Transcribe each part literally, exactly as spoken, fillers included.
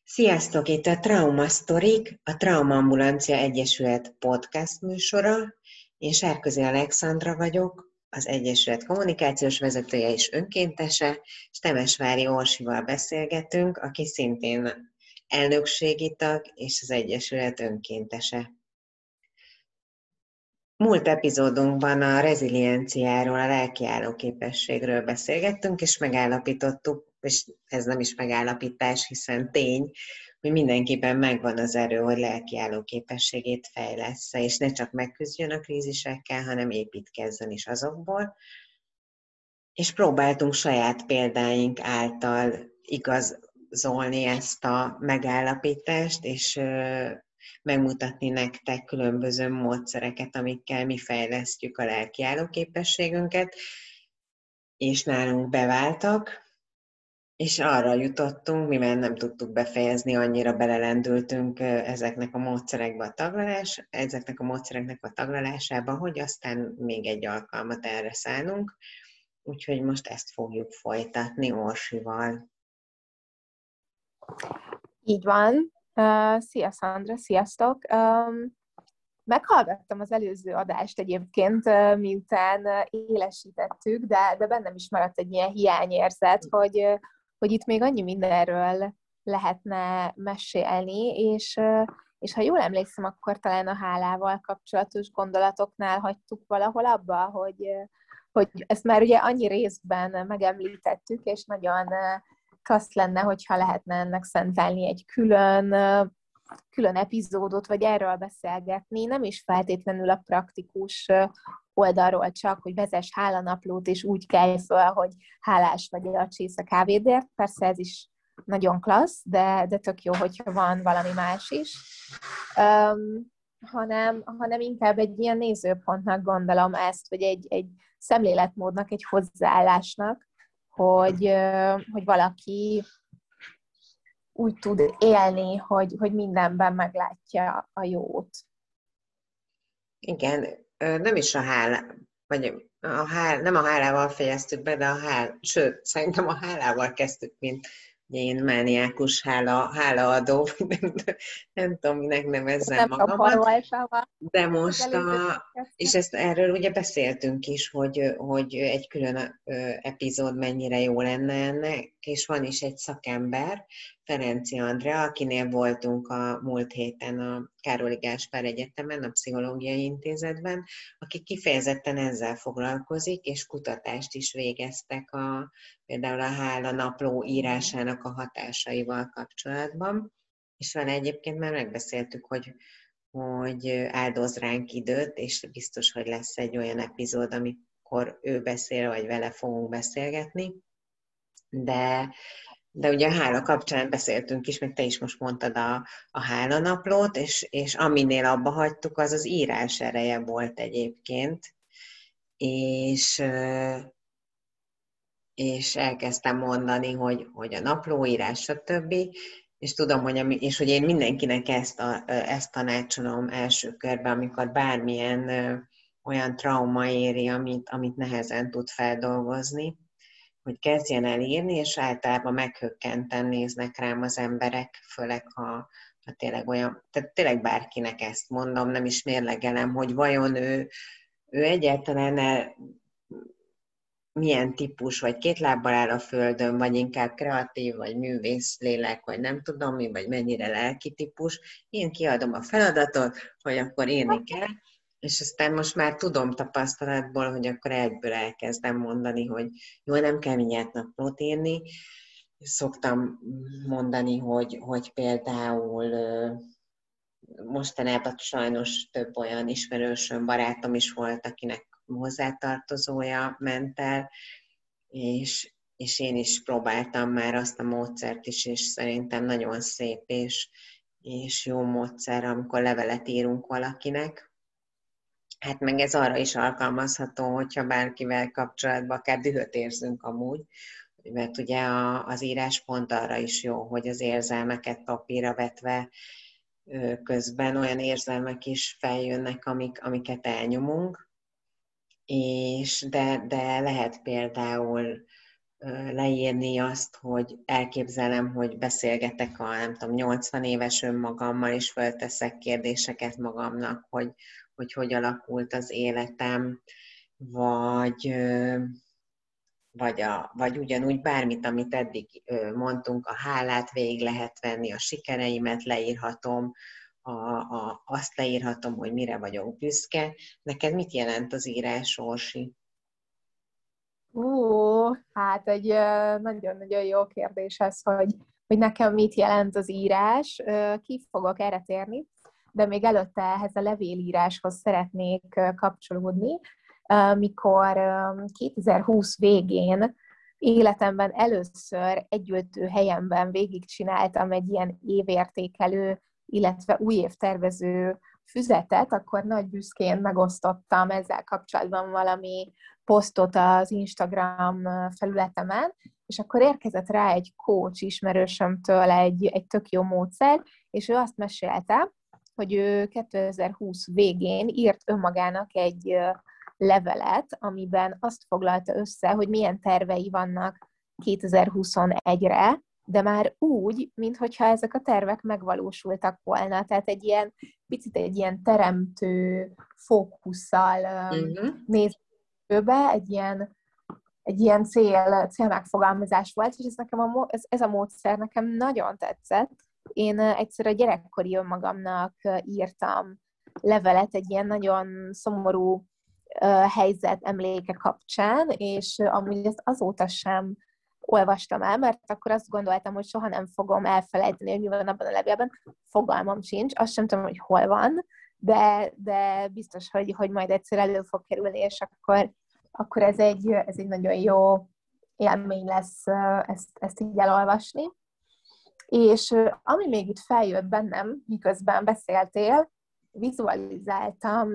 Sziasztok! Itt a Trauma Sztorik, a Traumaambulancia Egyesület podcast műsora. Én Sárközi Alexandra vagyok, az Egyesület kommunikációs vezetője és önkéntese, és Temesvári Orsival beszélgetünk, aki szintén elnökségi tag és az Egyesület önkéntese. Múlt epizódunkban a rezilienciáról, a lelkiálló képességről beszélgettünk, és megállapítottuk, és ez nem is megállapítás, hiszen tény, hogy mindenkiben megvan az erő, hogy lelkiálló képességét fejlessze, és ne csak megküzdjön a krízisekkel, hanem építkezzen is azokból. És próbáltunk saját példáink által igazolni ezt a megállapítást, és megmutatni nektek különböző módszereket, amikkel mi fejlesztjük a lelkiálló képességünket, és nálunk beváltak, és arra jutottunk, mivel nem tudtuk befejezni, annyira belelendültünk ezeknek a módszerekbe a taglalás, ezeknek a módszereknek a taglalásába, hogy aztán még egy alkalmat erre szánunk, úgyhogy most ezt fogjuk folytatni Orsival. Így van. Uh, szia, Szandra, sziasztok! Um, meghallgattam az előző adást egyébként, uh, miután uh, élesítettük, de, de bennem is maradt egy ilyen hiányérzet, hogy, uh, hogy itt még annyi mindenről lehetne mesélni, és, uh, és ha jól emlékszem, akkor talán a hálával kapcsolatos gondolatoknál hagytuk valahol abba, hogy, uh, hogy ezt már ugye annyi részben megemlítettük, és nagyon uh, klassz lenne, hogyha lehetne ennek szentelni egy külön, külön epizódot, vagy erről beszélgetni, nem is feltétlenül a praktikus oldalról csak, hogy vezess hálanaplót, és úgy kelj föl, hogy hálás vagy a csésze kávédért. Persze ez is nagyon klassz, de, de tök jó, hogyha van valami más is. Um, hanem, hanem inkább egy ilyen nézőpontnak gondolom ezt, vagy egy, egy szemléletmódnak, egy hozzáállásnak, hogy, hogy valaki úgy tud élni, hogy, hogy mindenben meglátja a jót. Igen, nem is a hálá, vagy a hál, nem a hálával fejeztük be, de a hál, sőt, szerintem a hálával kezdtük, mint én mániákus hála, hálaadó, nem, nem tudom, minek nevezzem magamat, de most a, és ezt erről ugye beszéltünk is, hogy, hogy egy külön epizód mennyire jó lenne ennek, és van is egy szakember, Ferenci Andrea, akinél voltunk a múlt héten a Károli Gáspár Egyetemen, a Pszichológiai Intézetben, aki kifejezetten ezzel foglalkozik, és kutatást is végeztek a, például a hála napló írásának a hatásaival kapcsolatban. És vele egyébként már megbeszéltük, hogy, hogy áldoz ránk időt, és biztos, hogy lesz egy olyan epizód, amikor ő beszél, vagy vele fogunk beszélgetni. De De ugye a hála kapcsán beszéltünk is, meg te is most mondtad a, a hálanaplót, és, és aminél abba hagytuk, az az írás ereje volt egyébként. És, és elkezdtem mondani, hogy, hogy a naplóírás, stb. És tudom, hogy, ami, és hogy én mindenkinek ezt, a, ezt tanácsolom első körben, amikor bármilyen olyan trauma éri, amit, amit nehezen tud feldolgozni, hogy kezdjen el írni, és általában meghökkenten néznek rám az emberek, főleg ha, ha tényleg olyan, tehát tényleg bárkinek ezt mondom, nem is mérlegelem, hogy vajon ő, ő egyáltalán el, milyen típus, vagy két lábbal áll a földön, vagy inkább kreatív, vagy művész lélek, vagy nem tudom mi, vagy mennyire lelki típus. Én kiadom a feladatot, hogy akkor írni kell, és aztán most már tudom tapasztalatból, hogy akkor egyből elkezdem mondani, hogy jó, nem kell mindjárt naplót írni. Szoktam mondani, hogy, hogy például mostanában sajnos több olyan ismerősöm, barátom is volt, akinek hozzátartozója ment el, és, és én is próbáltam már azt a módszert is, és szerintem nagyon szép és, és jó módszer, amikor levelet írunk valakinek. Hát meg ez arra is alkalmazható, hogyha bárkivel kapcsolatban akár dühöt érzünk amúgy, mert ugye a, az írás pont arra is jó, hogy az érzelmeket papírra vetve közben olyan érzelmek is feljönnek, amik, amiket elnyomunk, és de, de lehet például leírni azt, hogy elképzelem, hogy beszélgetek a, nem tudom, nyolcvan éves önmagammal, és fölteszek kérdéseket magamnak, hogy, hogy hogy alakult az életem, vagy, vagy, a, vagy ugyanúgy bármit, amit eddig mondtunk, a hálát végig lehet venni, a sikereimet leírhatom, a, a, azt leírhatom, hogy mire vagyok büszke. Neked mit jelent az írás, Orsi? Ó, hát egy nagyon-nagyon jó kérdés ez, hogy, hogy nekem mit jelent az írás. Ki fogok erre térni, de még előtte ehhez a levélíráshoz szeretnék kapcsolódni, mikor kétezer-húsz végén életemben először együltő helyemben végigcsináltam egy ilyen évértékelő, illetve új évtervező füzetet, akkor nagy büszkén megosztottam ezzel kapcsolatban valami posztot az Instagram felületemen, és akkor érkezett rá egy coach ismerősömtől egy, egy tök jó módszer, és ő azt mesélte, hogy ő kétezer-húsz végén írt önmagának egy levelet, amiben azt foglalta össze, hogy milyen tervei vannak kétezer-huszonegyre, de már úgy, minthogyha ezek a tervek megvalósultak volna. Tehát egy ilyen, picit egy ilyen teremtő fókusszal Uh-huh. néz be, egy ilyen, egy ilyen cél, célmegfogalmazás volt, és ez, nekem a, ez, ez a módszer nekem nagyon tetszett. Én egyszer a gyerekkori önmagamnak írtam levelet egy ilyen nagyon szomorú helyzet emléke kapcsán, és amúgy ezt azóta sem olvastam el, mert akkor azt gondoltam, hogy soha nem fogom elfelejteni, hogy mi van abban a levélben. Fogalmam sincs, azt sem tudom, hogy hol van, de, de biztos, hogy, hogy majd egyszer elő fog kerülni, és akkor, akkor ez, egy, ez egy nagyon jó élmény lesz ezt, ezt így elolvasni. És ami még itt feljött bennem, miközben beszéltél, vizualizáltam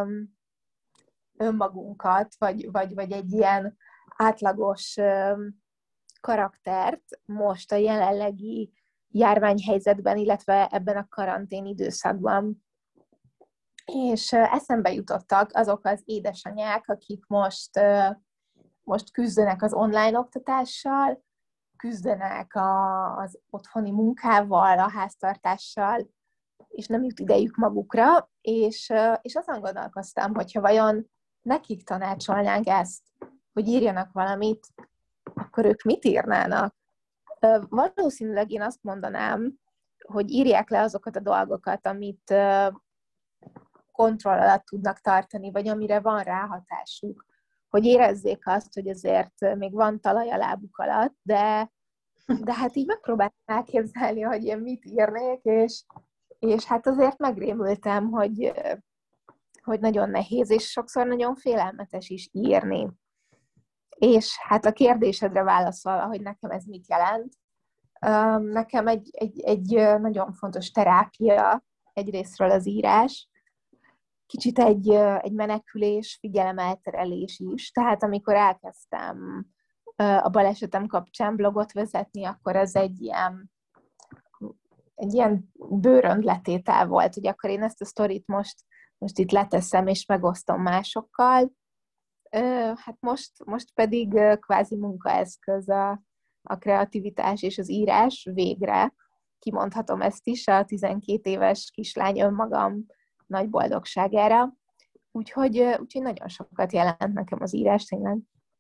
önmagunkat, vagy, vagy, vagy egy ilyen átlagos karaktert most a jelenlegi járványhelyzetben, illetve ebben a karantén időszakban. És eszembe jutottak azok az édesanyák, akik most, most küzdenek az online oktatással, küzdenek az otthoni munkával, a háztartással, és nem jut idejük magukra, és, és azon gondolkoztam, hogyha vajon nekik tanácsolnánk ezt, hogy írjanak valamit, akkor ők mit írnának? Valószínűleg én azt mondanám, hogy írják le azokat a dolgokat, amit kontroll alatt tudnak tartani, vagy amire van ráhatásuk. Hogy érezzék azt, hogy azért még van talaj a lábuk alatt, de, de hát így megpróbáltam elképzelni, hogy én mit írnék, és, és hát azért megrémültem, hogy, hogy nagyon nehéz, és sokszor nagyon félelmetes is írni. És hát a kérdésedre válaszolva, hogy nekem ez mit jelent, nekem egy, egy, egy nagyon fontos terápia egyrésztről az írás, kicsit egy, egy menekülés, figyelemelterelés is. Tehát amikor elkezdtem a balesetem kapcsán blogot vezetni, akkor ez egy ilyen, egy ilyen bőröndletétel volt, hogy akkor én ezt a sztorit most, most itt leteszem és megosztom másokkal. Hát most, most pedig kvázi munkaeszköz a, a kreativitás és az írás végre. Kimondhatom ezt is a tizenkét éves kislány önmagam nagy boldogságára. Úgyhogy, úgyhogy nagyon sokat jelent nekem az írás tényleg.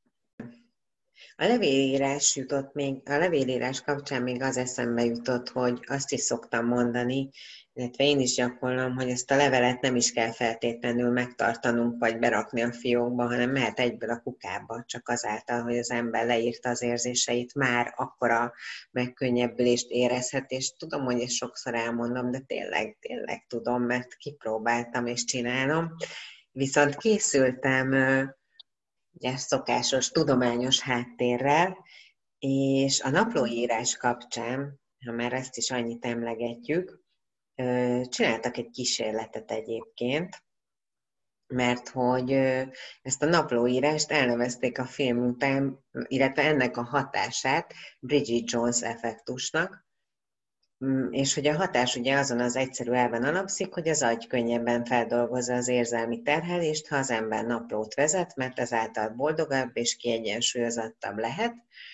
A levélírás jutott még, a levélírás kapcsán még az eszembe jutott, hogy azt is szoktam mondani, illetve én is gyakorlom, hogy ezt a levelet nem is kell feltétlenül megtartanunk, vagy berakni a fiókba, hanem mehet egyből a kukába, csak azáltal, hogy az ember leírta az érzéseit, már akkora megkönnyebbülést érezhet, és tudom, hogy ezt sokszor elmondom, de tényleg, tényleg tudom, mert kipróbáltam és csinálom. Viszont készültem ugye szokásos tudományos háttérrel, és a naplóírás kapcsán, ha már ezt is annyit emlegetjük, csináltak egy kísérletet egyébként, mert hogy ezt a naplóírást elnevezték a film után, illetve ennek a hatását Bridget Jones effektusnak, És hogy a hatás ugye azon az egyszerű elven alapszik, hogy az agy könnyebben feldolgozza az érzelmi terhelést, ha az ember naplót vezet, mert ezáltal boldogabb és kiegyensúlyozottabb lehet,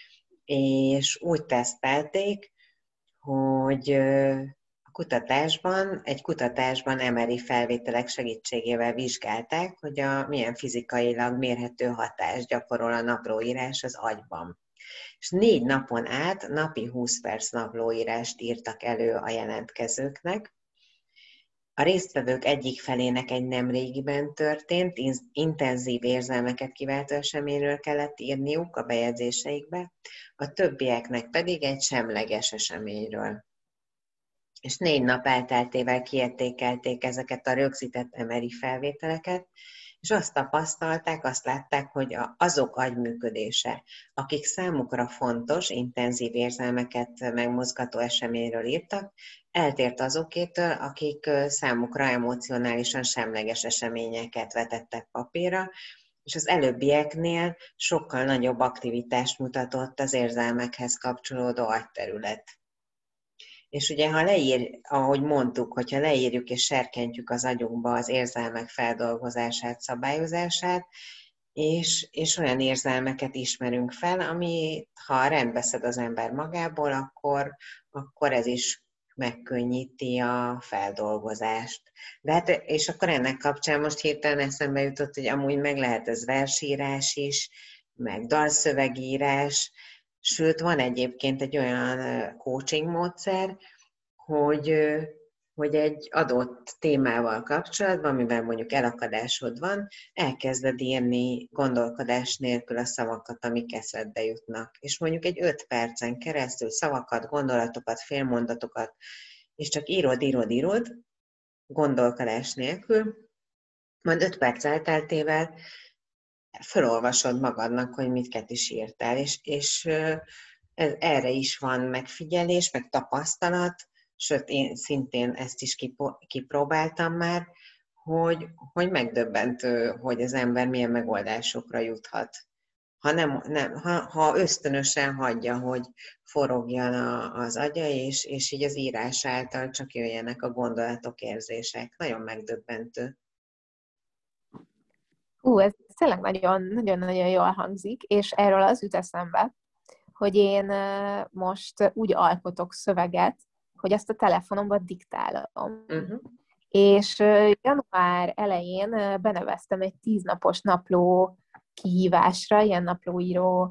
és úgy tesztelték, hogy a kutatásban, egy kutatásban em er i felvételek segítségével vizsgálták, hogy a milyen fizikailag mérhető hatást gyakorol a naplóírás az agyban. És négy napon át napi húsz perc naplóírást írtak elő a jelentkezőknek. A résztvevők egyik felének egy nemrégiben történt, intenzív érzelmeket kiváltó eseményről kellett írniuk a bejegyzéseikbe, a többieknek pedig egy semleges eseményről. És négy nap elteltével kiértékelték ezeket a rögzített em er i felvételeket, és azt tapasztalták, azt látták, hogy azok agyműködése, akik számukra fontos, intenzív érzelmeket megmozgató eseményről írtak, eltért azokétől, akik számukra emocionálisan semleges eseményeket vetettek papírra, és az előbbieknél sokkal nagyobb aktivitást mutatott az érzelmekhez kapcsolódó agyterület. És ugye, ha leír, ahogy mondtuk, hogyha leírjuk és serkentjük az agyunkba az érzelmek feldolgozását, szabályozását, és, és olyan érzelmeket ismerünk fel, ami ha rendbe szed az ember magából, akkor, akkor ez is megkönnyíti a feldolgozást. De hát, és akkor ennek kapcsán most hirtelen eszembe jutott, hogy amúgy meg lehet ez versírás is, meg dalszövegírás, sőt, van egyébként egy olyan coaching módszer, hogy, hogy egy adott témával kapcsolatban, amiben mondjuk elakadásod van, elkezded írni gondolkodás nélkül a szavakat, amik eszedbe jutnak. És mondjuk egy öt percen keresztül szavakat, gondolatokat, félmondatokat, és csak írod, írod, írod, gondolkodás nélkül, majd öt perc elteltével felolvasod magadnak, hogy mit is írtál, és, és ez, erre is van megfigyelés, meg tapasztalat, sőt, én szintén ezt is kipróbáltam már, hogy, hogy megdöbbentő, hogy az ember milyen megoldásokra juthat. Ha, nem, nem, ha, ha ösztönösen hagyja, hogy forogjon a, az agya, és, és így az írás által csak jöjjenek a gondolatok, érzések. Nagyon megdöbbentő. Ú, ez tényleg nagyon-nagyon jól hangzik, és erről az jut eszembe, hogy én most úgy alkotok szöveget, hogy azt a telefonomban diktálom. Uh-huh. És január elején beneveztem egy tíznapos napló kihívásra, ilyen naplóíró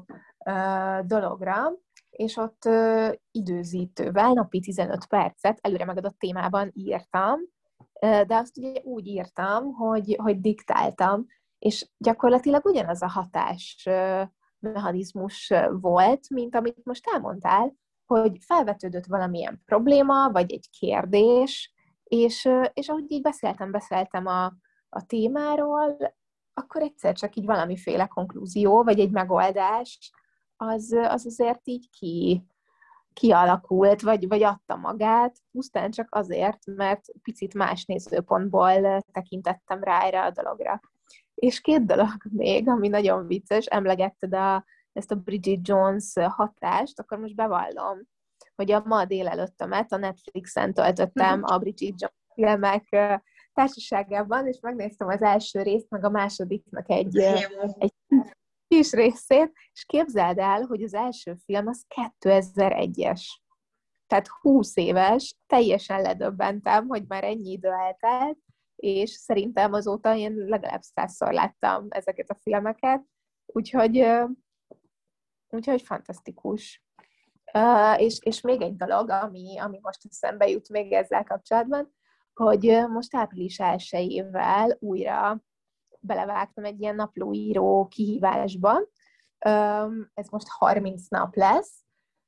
dologra, és ott időzítővel napi tizenöt percet előre megadott témában írtam, de azt ugye úgy írtam, hogy, hogy diktáltam, és gyakorlatilag ugyanaz a hatás mechanizmus volt, mint amit most elmondtál, hogy felvetődött valamilyen probléma, vagy egy kérdés, és, és ahogy így beszéltem, beszéltem a, a témáról, akkor egyszer csak így valamiféle konklúzió, vagy egy megoldás, az, az azért így ki, kialakult, vagy, vagy adta magát, pusztán csak azért, mert picit más nézőpontból tekintettem rá erre a dologra. És két dolog még, ami nagyon vicces, emlegetted a, ezt a Bridget Jones hatást, akkor most bevallom, hogy a ma délelőttömet a Netflixen töltöttem a Bridget Jones filmek társaságában, és megnéztem az első részt, meg a másodiknak egy, egy kis részét, és képzeld el, hogy az első film az kétezer-egyes. Tehát húsz éves, teljesen ledöbbentem, hogy már ennyi idő eltelt, és szerintem azóta én legalább százszor láttam ezeket a filmeket, úgyhogy, úgyhogy fantasztikus. Uh, és, és még egy dolog, ami, ami most eszembe jut még ezzel kapcsolatban, hogy most április elsejével újra belevágtam egy ilyen naplóíró kihívásba. Um, ez most harminc nap lesz,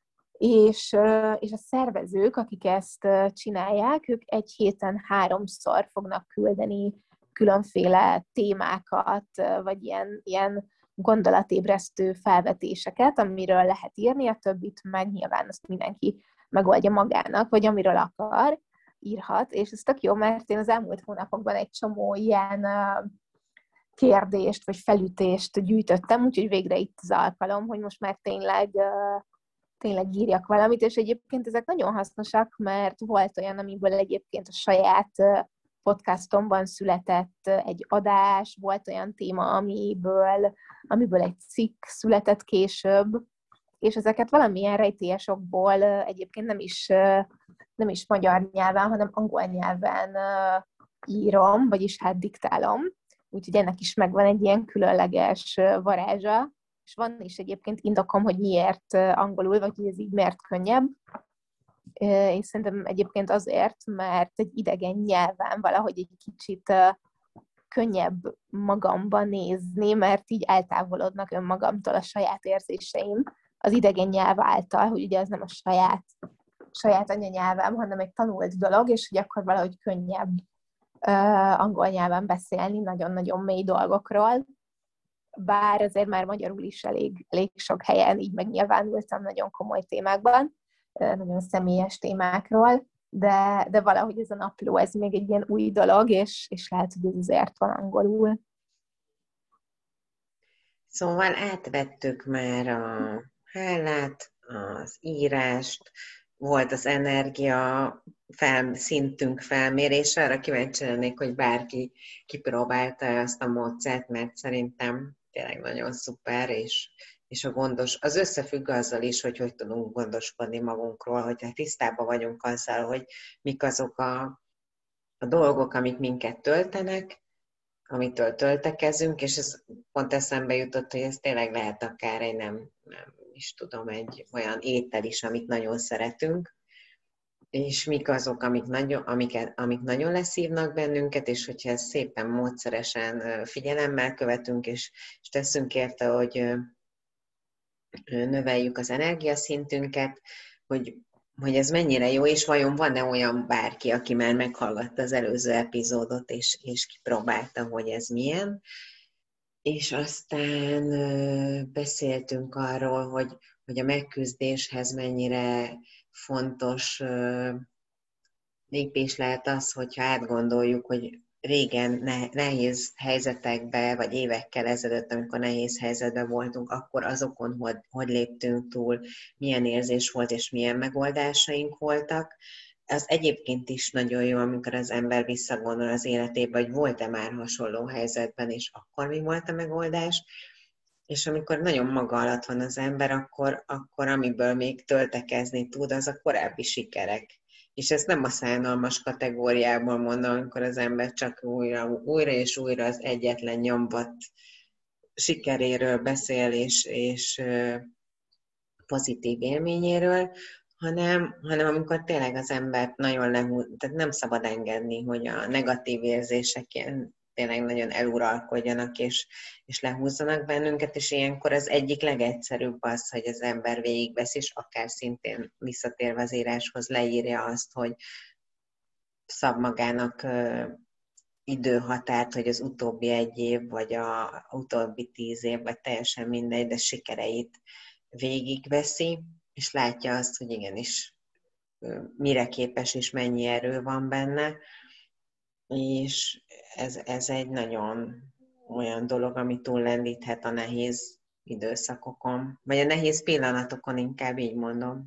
és, uh, és a szervezők, akik ezt uh, csinálják, ők egy héten háromszor fognak küldeni különféle témákat, uh, vagy ilyen, ilyen gondolatébresztő felvetéseket, amiről lehet írni, a többit meg nyilván azt mindenki megoldja magának, vagy amiről akar, írhat, és ez tök jó, mert én az elmúlt hónapokban egy csomó ilyen uh, kérdést, vagy felütést gyűjtöttem, úgyhogy végre itt az alkalom, hogy most már tényleg uh, tényleg írjak valamit, és egyébként ezek nagyon hasznosak, mert volt olyan, amiből egyébként a saját podcastomban született egy adás, volt olyan téma, amiből, amiből egy cikk született később, és ezeket valamilyen rejtélyes okból egyébként nem is, nem is magyar nyelven, hanem angol nyelven írom, vagyis hát diktálom. Úgyhogy ennek is megvan egy ilyen különleges varázsa, és van is egyébként indokom, hogy miért angolul, vagy hogy ez így miért könnyebb. És szerintem egyébként azért, mert egy idegen nyelven valahogy egy kicsit könnyebb magamban nézni, mert így eltávolodnak önmagamtól a saját érzéseim az idegen nyelv által, hogy ugye az nem a saját, saját anyanyelvem, hanem egy tanult dolog, és hogy akkor valahogy könnyebb uh, angol nyelven beszélni nagyon-nagyon mély dolgokról. Bár azért már magyarul is elég, elég sok helyen így megnyilvánultam nagyon komoly témákban, uh, nagyon személyes témákról, de, de valahogy ez a napló, ez még egy ilyen új dolog, és, és lehet, hogy ez azért van angolul. Szóval átvettük már a hálát, az írást, volt az energia fel, szintünk felmérése, arra kíváncsi lennék, hogy bárki kipróbálta ezt a módszert, mert szerintem tényleg nagyon szuper, és, és a gondos, az összefügg azzal is, hogy hogy tudunk gondoskodni magunkról, hogy tisztában vagyunk azzal, hogy mik azok a, a dolgok, amik minket töltenek, amitől töltekezünk, és ez pont eszembe jutott, hogy ez tényleg lehet akár egy nem, nem is tudom, egy olyan étel is, amit nagyon szeretünk, és mik azok, amik nagyon, amiket, amik nagyon leszívnak bennünket, és hogyha ezt szépen módszeresen figyelemmel követünk, és, és teszünk érte, hogy növeljük az energiaszintünket, hogy, hogy ez mennyire jó, és vajon van-e olyan bárki, aki már meghallgatta az előző epizódot, és, és kipróbálta, hogy ez milyen. És aztán beszéltünk arról, hogy, hogy a megküzdéshez mennyire fontos lépés lehet az, hogyha átgondoljuk, hogy régen nehéz helyzetekbe, vagy évekkel ezelőtt, amikor nehéz helyzetben voltunk, akkor azokon, hogy, hogy léptünk túl, milyen érzés volt, és milyen megoldásaink voltak. Az egyébként is nagyon jó, amikor az ember visszagondol az életébe, hogy volt-e már hasonló helyzetben, és akkor mi volt a megoldás. És amikor nagyon maga alatt van az ember, akkor, akkor amiből még töltekezni tud, az a korábbi sikerek. És ezt nem a szánalmas kategóriából mondom, amikor az ember csak újra, újra és újra az egyetlen nyomvat sikeréről beszél, és, és pozitív élményéről, hanem, hanem amikor tényleg az embert nagyon lehúz, tehát nem szabad engedni, hogy a negatív érzések ilyen tényleg nagyon eluralkodjanak, és, és lehúzzanak bennünket, és ilyenkor az egyik legegyszerűbb az, hogy az ember végigvesz, és akár szintén visszatérve az íráshoz leírja azt, hogy szab magának uh, időhatárt, hogy az utóbbi egy év, vagy a utóbbi tíz év, vagy teljesen mindegy, de sikereit végigveszi, és látja azt, hogy igenis uh, mire képes, és mennyi erő van benne, és ez, ez egy nagyon olyan dolog, ami túllendíthet a nehéz időszakokon, vagy a nehéz pillanatokon, inkább így mondom.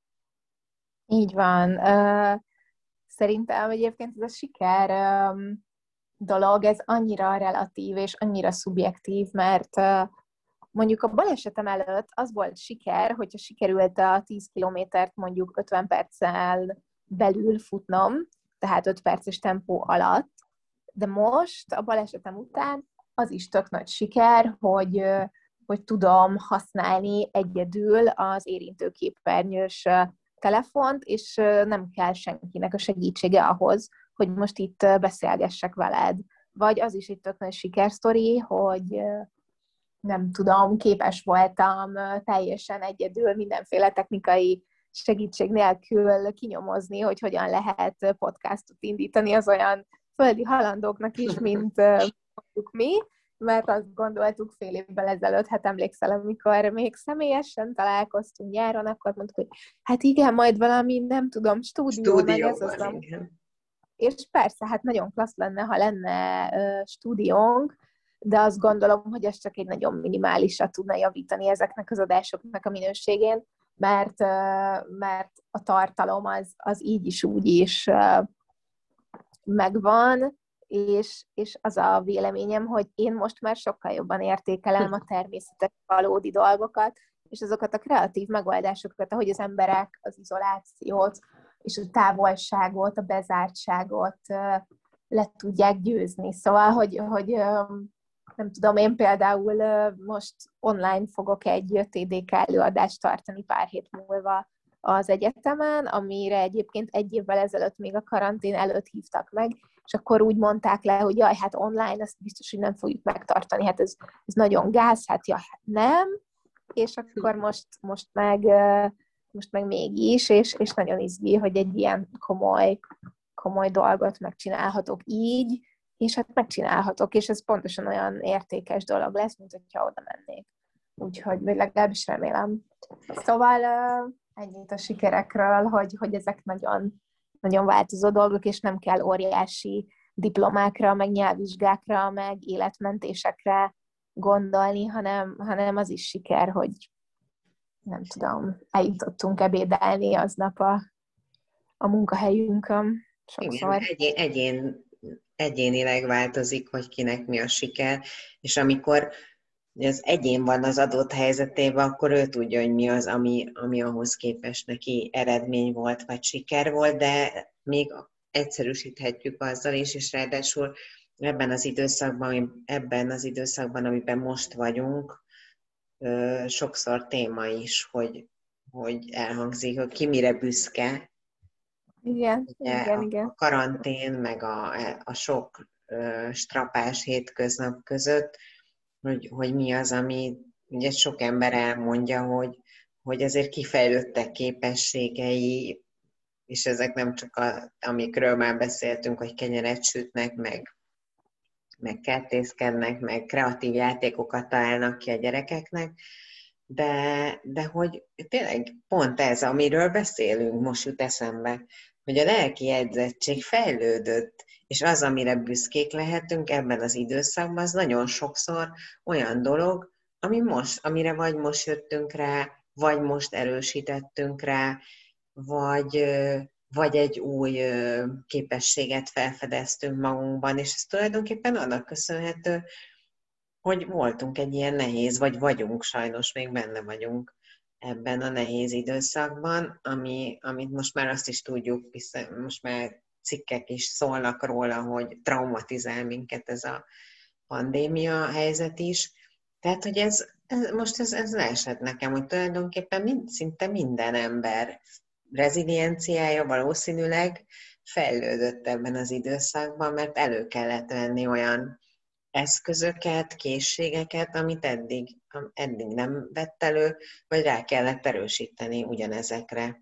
Így van. Szerintem egyébként ez a siker dolog, ez annyira relatív és annyira szubjektív, mert mondjuk a balesetem előtt az volt siker, hogyha sikerült a tíz kilométert mondjuk ötven perccel belül futnom, tehát öt perces tempó alatt, de most a balesetem után az is tök nagy siker, hogy, hogy tudom használni egyedül az érintőképernyős telefont, és nem kell senkinek a segítsége ahhoz, hogy most itt beszélgessek veled. Vagy az is egy tök nagy sikersztori, hogy nem tudom, képes voltam teljesen egyedül mindenféle technikai segítség nélkül kinyomozni, hogy hogyan lehet podcastot indítani az olyan földi halandóknak is, mint mondjuk mi, mert azt gondoltuk fél évvel ezelőtt, hát emlékszel, amikor még személyesen találkoztunk nyáron, akkor mondtuk, hogy hát igen, majd valami, nem tudom, stúdió, meg ez az a... És persze, hát nagyon klassz lenne, ha lenne uh, stúdiónk, de azt gondolom, hogy ez csak egy nagyon minimálisra tudna javítani ezeknek az adásoknak a minőségén. mert, mert a tartalom az, az így is úgy is megvan, és, és az a véleményem, hogy én most már sokkal jobban értékelem a természetes valódi dolgokat, és azokat a kreatív megoldásokat, ahogy az emberek az izolációt, és a távolságot, a bezártságot le tudják győzni. Szóval, hogy, hogy nem tudom, én például most online fogok egy té dé ká előadást tartani pár hét múlva az egyetemen, amire egyébként egy évvel ezelőtt még a karantén előtt hívtak meg, és akkor úgy mondták le, hogy jaj, hát online, ezt biztos, hogy nem fogjuk megtartani, hát ez, ez nagyon gáz, hát ja, hát nem, és akkor most, most meg most meg mégis, és, és nagyon izgi, hogy egy ilyen komoly, komoly dolgot megcsinálhatok így, és hát megcsinálhatok, és ez pontosan olyan értékes dolog lesz, mint hogyha oda mennék. Úgyhogy, vagy legalábbis remélem. Szóval ennyit a sikerekről, hogy, hogy ezek nagyon, nagyon változó dolgok, és nem kell óriási diplomákra, meg nyelvvizsgákra, meg életmentésekre gondolni, hanem, hanem az is siker, hogy nem tudom, eljutottunk ebédelni aznap a, a munkahelyünkön sokszor. Igen, egyén, egyén, egyénileg változik, hogy kinek mi a siker, és amikor az egyén van az adott helyzetében, akkor ő tudja, hogy mi az, ami, ami ahhoz képest neki eredmény volt, vagy siker volt, de még egyszerűsíthetjük azzal is, és ráadásul ebben az időszakban, ebben az időszakban, amiben most vagyunk, sokszor téma is, hogy, hogy elhangzik, hogy ki mire büszke. Igen, Ugye igen, a, igen. a karantén, meg a, a sok ö, strapás hétköznap között, hogy, hogy mi az, ami ugye sok ember elmondja, hogy, hogy azért kifejlődtek képességei, és ezek nem csak a, amikről már beszéltünk, hogy kenyeret sütnek, meg, meg kertészkednek, meg kreatív játékokat találnak ki a gyerekeknek, de, de hogy tényleg pont ez, amiről beszélünk, most jut eszembe, hogy a lelki jegyzettség fejlődött, és az, amire büszkék lehetünk ebben az időszakban, az nagyon sokszor olyan dolog, ami most, amire vagy most jöttünk rá, vagy most erősítettünk rá, vagy, vagy egy új képességet felfedeztünk magunkban, és ez tulajdonképpen annak köszönhető, hogy voltunk egy ilyen nehéz, vagy vagyunk, sajnos még benne vagyunk ebben a nehéz időszakban, ami, amit most már azt is tudjuk, hiszen most már cikkek is szólnak róla, hogy traumatizál minket ez a pandémia helyzet is. Tehát, hogy ez, ez most ez, ez leesett nekem, hogy tulajdonképpen mind, szinte minden ember rezilienciája valószínűleg fejlődött ebben az időszakban, mert elő kellett venni olyan eszközöket, készségeket, amit eddig, eddig nem vett elő, vagy rá kellett erősíteni ugyanezekre.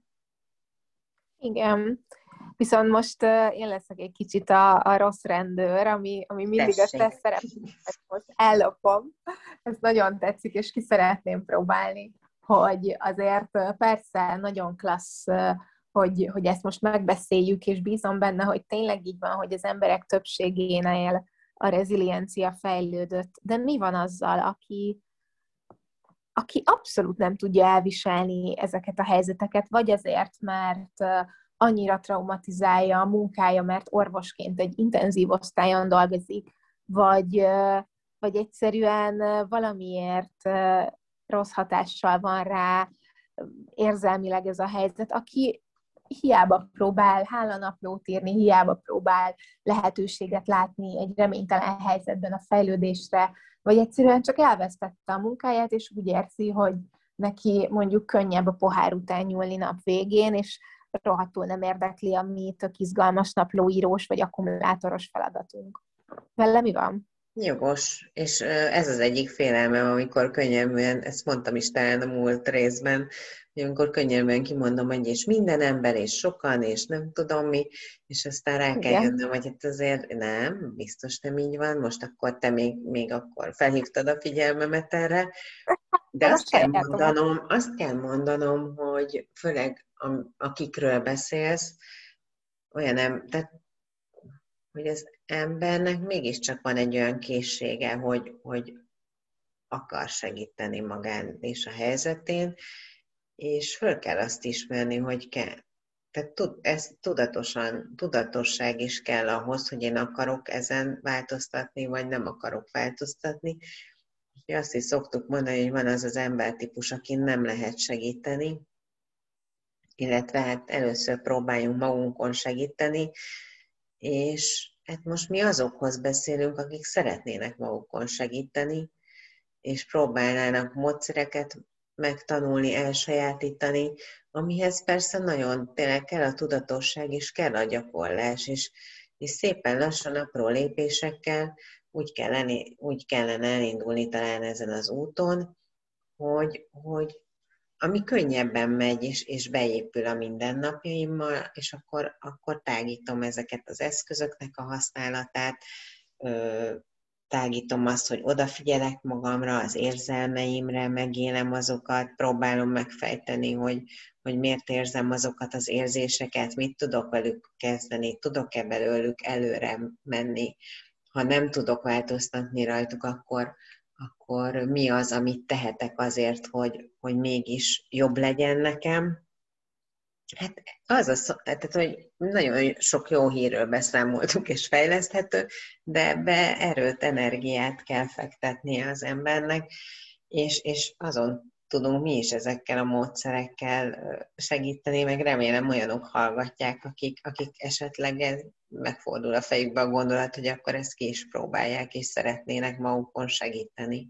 Igen. Viszont most uh, én leszek egy kicsit a, a rossz rendőr, ami, ami mindig Tessék. a te szerepet most ellopom. Ez nagyon tetszik, és ki szeretném próbálni, hogy azért uh, persze nagyon klassz, uh, hogy, hogy ezt most megbeszéljük, és bízom benne, hogy tényleg így van, hogy az emberek többségénél a reziliencia fejlődött. De mi van azzal, aki, aki abszolút nem tudja elviselni ezeket a helyzeteket, vagy azért, mert uh, annyira traumatizálja a munkája, mert orvosként egy intenzív osztályon dolgozik, vagy, vagy egyszerűen valamiért rossz hatással van rá érzelmileg ez a helyzet, aki hiába próbál hálanaplót írni, hiába próbál lehetőséget látni egy reménytelen helyzetben a fejlődésre, vagy egyszerűen csak elvesztette a munkáját, és úgy érzi, hogy neki mondjuk könnyebb a pohár után nyúlni nap végén, és rohadtul nem érdekli a mi tök izgalmas naplóírós vagy akkumulátoros feladatunk. Vele mi van? Jogos, és ez az egyik félelmem, amikor könnyebben, ezt mondtam is talán a múlt részben, hogy amikor könnyebben kimondom, hogy és minden ember, és sokan, és nem tudom mi, és aztán rá kell jönnöm, hogy hát azért nem, biztos nem így van, most akkor te még, még akkor felhívtad a figyelmemet erre, de azt kell mondanom, azt kell mondanom, hogy főleg akikről beszélsz, olyan nem, tehát hogy az embernek mégiscsak van egy olyan készsége, hogy, hogy akar segíteni magán és a helyzetén, és föl kell azt ismerni, hogy kell. Tehát tud, ez tudatosan, tudatosság is kell ahhoz, hogy én akarok ezen változtatni, vagy nem akarok változtatni. És azt is szoktuk mondani, hogy van az az embertípus, akin nem lehet segíteni, illetve hát először próbáljunk magunkon segíteni, és hát most mi azokhoz beszélünk, akik szeretnének magukon segíteni, és próbálnának módszereket megtanulni, elsajátítani, amihez persze nagyon tényleg kell a tudatosság, és kell a gyakorlás, és, és szépen lassan, apró lépésekkel úgy kellene, úgy kellene elindulni talán ezen az úton, hogy, hogy ami könnyebben megy, és, és beépül a mindennapjaimmal, és akkor, akkor tágítom ezeket az eszközöknek a használatát, ö, tágítom azt, hogy odafigyelek magamra, az érzelmeimre, megélem azokat, próbálom megfejteni, hogy, hogy miért érzem azokat az érzéseket, mit tudok velük kezdeni, tudok-e belőlük előre menni. Ha nem tudok változtatni rajtuk, akkor, akkor mi az, amit tehetek azért, hogy, hogy mégis jobb legyen nekem. Hát az a szó, tehát, hogy nagyon sok jó hírről beszámoltunk és fejleszthető, de ebbe erőt, energiát kell fektetnie az embernek, és, és azon tudunk mi is ezekkel a módszerekkel segíteni, meg remélem olyanok hallgatják, akik, akik esetleg ez megfordul a fejükbe a gondolat, hogy akkor ezt ki is próbálják, és szeretnének magukon segíteni.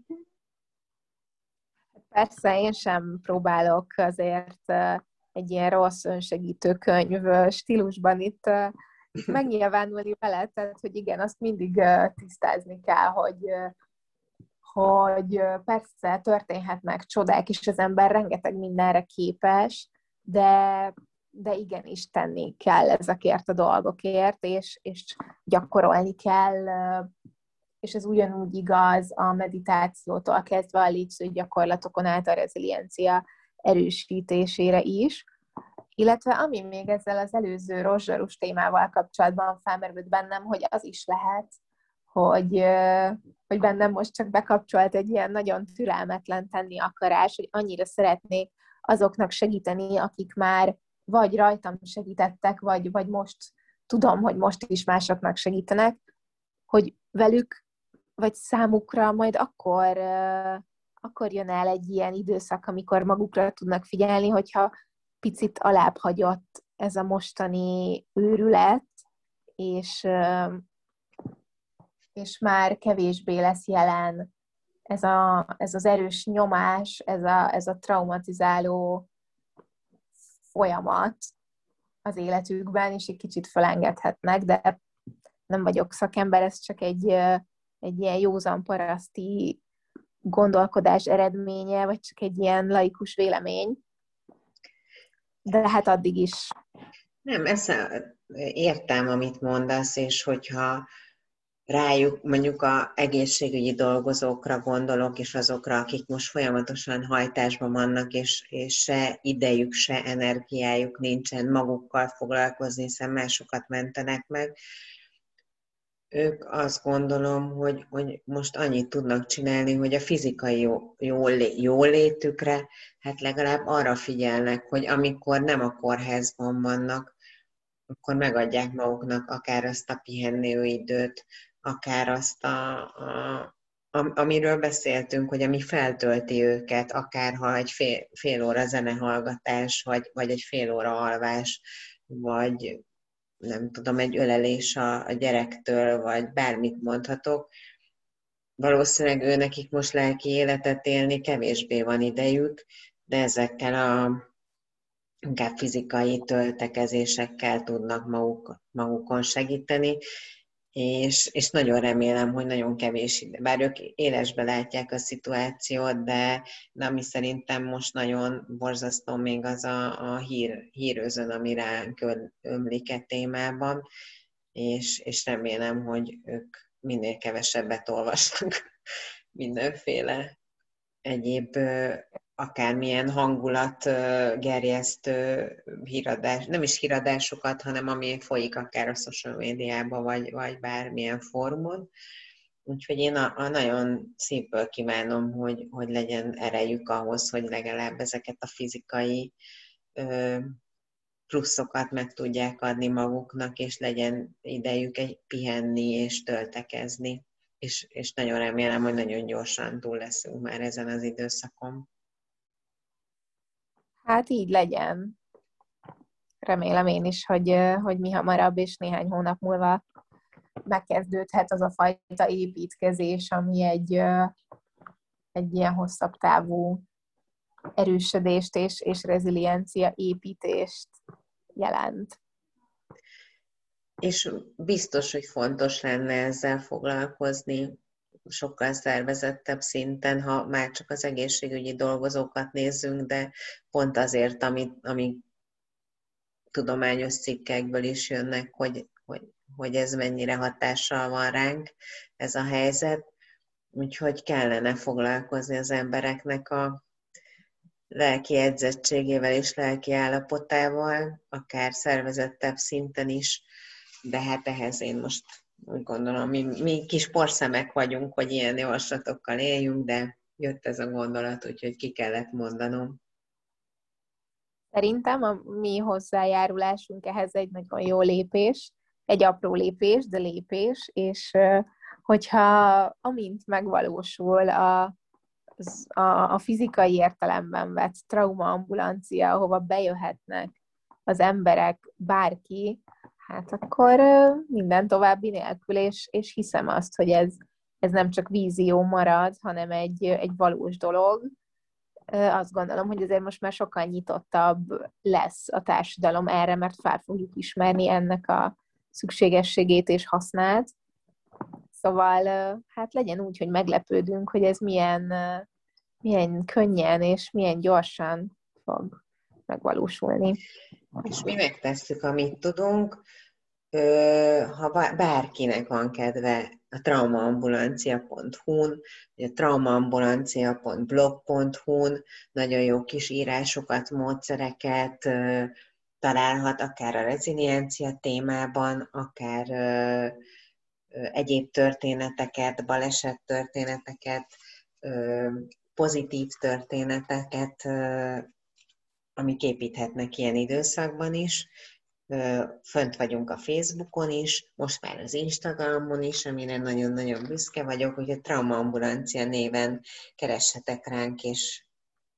Persze, én sem próbálok azért egy ilyen rossz önsegítő könyv stílusban itt, itt megnyilvánulni vele, tehát hogy igen, azt mindig tisztázni kell, hogy, hogy persze történhetnek csodák, és az ember rengeteg mindenre képes, de, de igenis tenni kell ezekért a dolgokért, és, és gyakorolni kell, és ez ugyanúgy igaz a meditációtól kezdve a légző gyakorlatokon át a reziliencia erősítésére is. Illetve ami még ezzel az előző rozsarus témával kapcsolatban felmerült bennem, hogy az is lehet, hogy, hogy bennem most csak bekapcsolt egy ilyen nagyon türelmetlen tenni akarás, hogy annyira szeretnék azoknak segíteni, akik már vagy rajtam segítettek, vagy, vagy most tudom, hogy most is másoknak segítenek, hogy velük, vagy számukra majd akkor, akkor jön el egy ilyen időszak, amikor magukra tudnak figyelni, hogyha picit alább hagyott ez a mostani őrület, és, és már kevésbé lesz jelen ez, a, ez az erős nyomás, ez a, ez a traumatizáló folyamat az életükben, és egy kicsit felengedhetnek, de nem vagyok szakember, ez csak egy, egy ilyen józan paraszti gondolkodás eredménye, vagy csak egy ilyen laikus vélemény. De hát addig is. Nem, ezt értem, amit mondasz, és hogyha rájuk, mondjuk a egészségügyi dolgozókra gondolok, és azokra, akik most folyamatosan hajtásban vannak, és, és se idejük, se energiájuk nincsen magukkal foglalkozni, hiszen másokat mentenek meg, ők azt gondolom, hogy, hogy most annyit tudnak csinálni, hogy a fizikai jó, jó, jó létükre, hát legalább arra figyelnek, hogy amikor nem a kórházban vannak, akkor megadják maguknak akár azt a pihenőidőt, akár azt, a, a, amiről beszéltünk, hogy ami feltölti őket, akár ha egy fél, fél óra zenehallgatás, vagy, vagy egy fél óra alvás, vagy nem tudom, egy ölelés a, a gyerektől, vagy bármit mondhatok. Valószínűleg ő nekik most lelki életet élni kevésbé van idejük, de ezekkel a inkább fizikai töltekezésekkel tudnak maguk, magukon segíteni, és, és nagyon remélem, hogy nagyon kevés ide. Bár ők élesbe látják a szituációt, de, de ami szerintem most nagyon borzasztó még az a, a hír, hírözön, ami ránk ömlik e témában, és, és remélem, hogy ők minél kevesebbet olvasnak mindenféle egyéb akármilyen hangulatgerjesztő híradás, nem is híradásokat, hanem ami folyik akár a social médiában, vagy, vagy bármilyen fórumon. Úgyhogy én a, a nagyon szívből kívánom, hogy, hogy legyen erejük ahhoz, hogy legalább ezeket a fizikai ö, pluszokat meg tudják adni maguknak, és legyen idejük egy pihenni és töltekezni. És, és nagyon remélem, hogy nagyon gyorsan túl leszünk már ezen az időszakon. Hát így legyen. Remélem én is, hogy, hogy mi hamarabb és néhány hónap múlva megkezdődhet az a fajta építkezés, ami egy, egy ilyen hosszabb távú erősödést és, és reziliencia építést jelent. És biztos, hogy fontos lenne ezzel foglalkozni sokkal szervezettebb szinten, ha már csak az egészségügyi dolgozókat nézzünk, de pont azért, amit, ami tudományos cikkekből is jönnek, hogy, hogy, hogy ez mennyire hatással van ránk, ez a helyzet. Úgyhogy kellene foglalkozni az embereknek a lelki edzettségével és lelki állapotával, akár szervezettebb szinten is, de hát ehhez én most úgy gondolom, mi, mi kis porszemek vagyunk, hogy ilyen javaslatokkal éljünk, de jött ez a gondolat, úgyhogy ki kellett mondanom. Szerintem a mi hozzájárulásunk ehhez egy nagyon jó lépés, egy apró lépés, de lépés, és hogyha amint megvalósul a, a, a fizikai értelemben vett traumaambulancia, ahova bejöhetnek az emberek, bárki, hát akkor minden további nélkül, és, és hiszem azt, hogy ez, ez nem csak vízió marad, hanem egy, egy valós dolog. Azt gondolom, hogy azért most már sokkal nyitottabb lesz a társadalom erre, mert fel fogjuk ismerni ennek a szükségességét és hasznát. Szóval hát legyen úgy, hogy meglepődünk, hogy ez milyen, milyen könnyen és milyen gyorsan fog megvalósulni. És mi megtesszük, amit tudunk. Ha bárkinek van kedve a traumaambulancia pont hu-n, vagy a traumaambulancia pont blog pont hu-n nagyon jó kis írásokat, módszereket találhat, akár a reziliencia témában, akár egyéb történeteket, baleset történeteket, pozitív történeteket, amik építhetnek ilyen időszakban is. Fönt vagyunk a Facebookon is, most már az Instagramon is, amire nagyon-nagyon büszke vagyok, hogy a Traumaambulancia néven keressetek ránk, és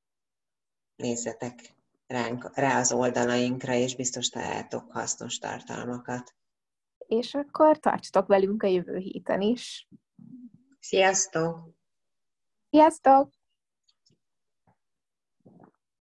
nézzetek ránk, rá az oldalainkra, és biztos találtok hasznos tartalmakat. És akkor tartsatok velünk a jövő héten is. Sziasztok! Sziasztok!